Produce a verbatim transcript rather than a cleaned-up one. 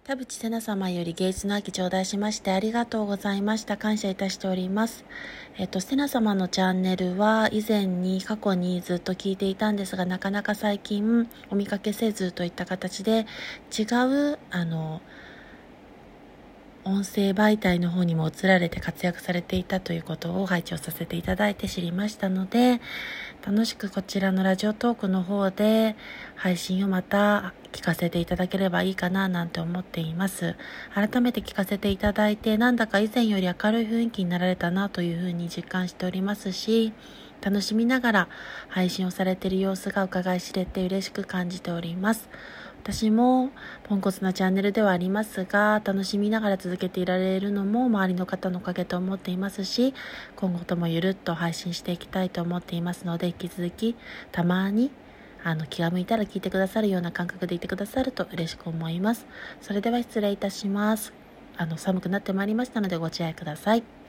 田淵瀬名様より芸術の秋頂戴しましてありがとうございました。感謝いたしております。えっと、瀬名様のチャンネルは以前に過去にずっと聞いていたんですが、なかなか最近お見かけせずといった形で違う、あの、音声媒体の方にも移られて活躍されていたということを拝聴させていただいて知りましたので、楽しくこちらのラジオトークの方で配信をまた聞かせていただければいいかななんて思っています。改めて聞かせていただいて、なんだか以前より明るい雰囲気になられたなというふうに実感しておりますし、楽しみながら配信をされている様子が伺い知れて嬉しく感じております。私もポンコツなチャンネルではありますが、楽しみながら続けていられるのも周りの方のおかげと思っていますし、今後ともゆるっと配信していきたいと思っていますので、引き続きたまにあの気が向いたら聞いてくださるような感覚でいてくださると嬉しく思います。それでは失礼いたします。あの寒くなってまいりましたのでご自愛ください。